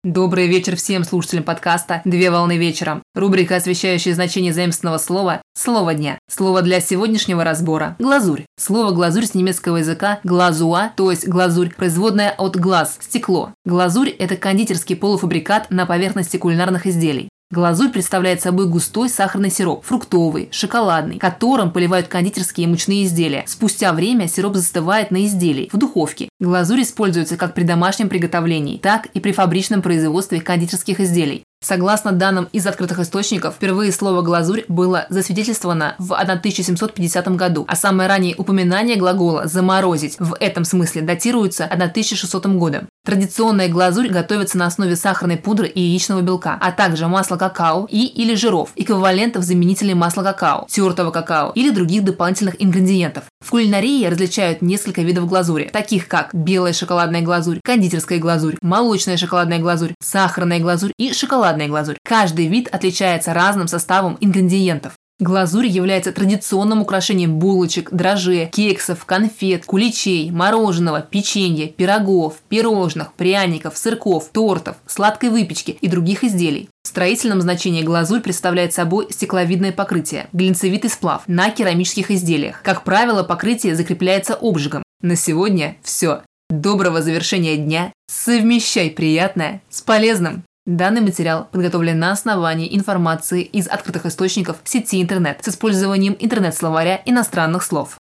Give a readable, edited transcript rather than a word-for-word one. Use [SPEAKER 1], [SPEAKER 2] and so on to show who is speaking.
[SPEAKER 1] Добрый вечер всем слушателям подкаста «Две волны вечером». Рубрика, освещающая значение заимственного слова «Слово дня». Слово для сегодняшнего разбора – глазурь. Слово «глазурь» с немецкого языка «глазуа», то есть глазурь, производная от глаз – стекло. Глазурь – это кондитерский полуфабрикат на поверхности кулинарных изделий. Глазурь представляет собой густой сахарный сироп, фруктовый, шоколадный, которым поливают кондитерские и мучные изделия. Спустя время сироп застывает на изделии в духовке. Глазурь используется как при домашнем приготовлении, так и при фабричном производстве кондитерских изделий. Согласно данным из открытых источников, впервые слово «глазурь» было засвидетельствовано в 1750 году, а самое раннее упоминание глагола «заморозить» в этом смысле датируется 1600 годом. Традиционная глазурь готовится на основе сахарной пудры и яичного белка, а также масла какао или жиров, эквивалентов заменителей масла какао, тертого какао или других дополнительных ингредиентов. В кулинарии различают несколько видов глазури, таких как белая шоколадная глазурь, кондитерская глазурь, молочная шоколадная глазурь, сахарная глазурь и шоколадная глазурь. Каждый вид отличается разным составом ингредиентов. Глазурь является традиционным украшением булочек, дрожжей, кексов, конфет, куличей, мороженого, печенья, пирогов, пирожных, пряников, сырков, тортов, сладкой выпечки и других изделий. В строительном значении глазурь представляет собой стекловидное покрытие, глинцевитый сплав на керамических изделиях. Как правило, покрытие закрепляется обжигом. На сегодня все. Доброго завершения дня. Совмещай приятное с полезным. Данный материал подготовлен на основании информации из открытых источников сети интернет с использованием интернет-словаря иностранных слов.